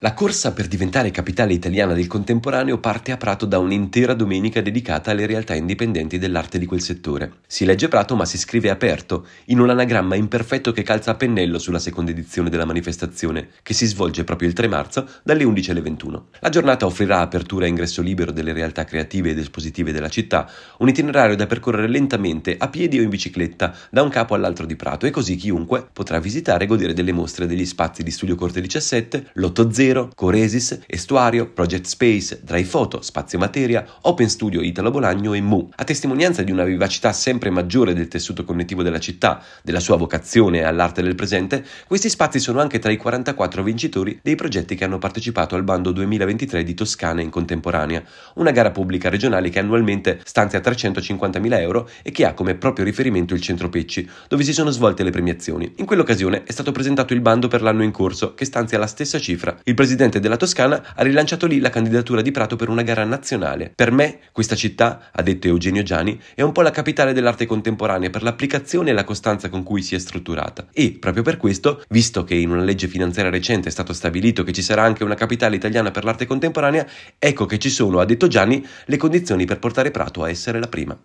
La corsa per diventare capitale italiana del contemporaneo parte a Prato da un'intera domenica dedicata alle realtà indipendenti dell'arte di quel settore. Si legge Prato ma si scrive aperto, in un anagramma imperfetto che calza a pennello sulla seconda edizione della manifestazione, che si svolge proprio il 3 marzo dalle 11 alle 21. La giornata offrirà apertura e ingresso libero delle realtà creative ed espositive della città, un itinerario da percorrere lentamente, a piedi o in bicicletta, da un capo all'altro di Prato, e così chiunque potrà visitare e godere delle mostre degli spazi di Studio Corte 17, Lotto Zero, Coresis, Estuario, Project Space, Dry Photo, Spazio Materia, Open Studio Italo Bolagno e Mu. A testimonianza di una vivacità sempre maggiore del tessuto connettivo della città, della sua vocazione all'arte del presente, questi spazi sono anche tra i 44 vincitori dei progetti che hanno partecipato al bando 2023 di Toscana in Contemporanea, una gara pubblica regionale che annualmente stanzia 350.000 euro e che ha come proprio riferimento il Centro Pecci, dove si sono svolte le premiazioni. In quell'occasione è stato presentato il bando per l'anno in corso, che stanzia la stessa cifra. Il presidente della Toscana ha rilanciato lì la candidatura di Prato per una gara nazionale. Per me, questa città, ha detto Eugenio Giani, è un po' la capitale dell'arte contemporanea per l'applicazione e la costanza con cui si è strutturata. E, proprio per questo, visto che in una legge finanziaria recente è stato stabilito che ci sarà anche una capitale italiana per l'arte contemporanea, ecco che ci sono, ha detto Gianni, le condizioni per portare Prato a essere la prima.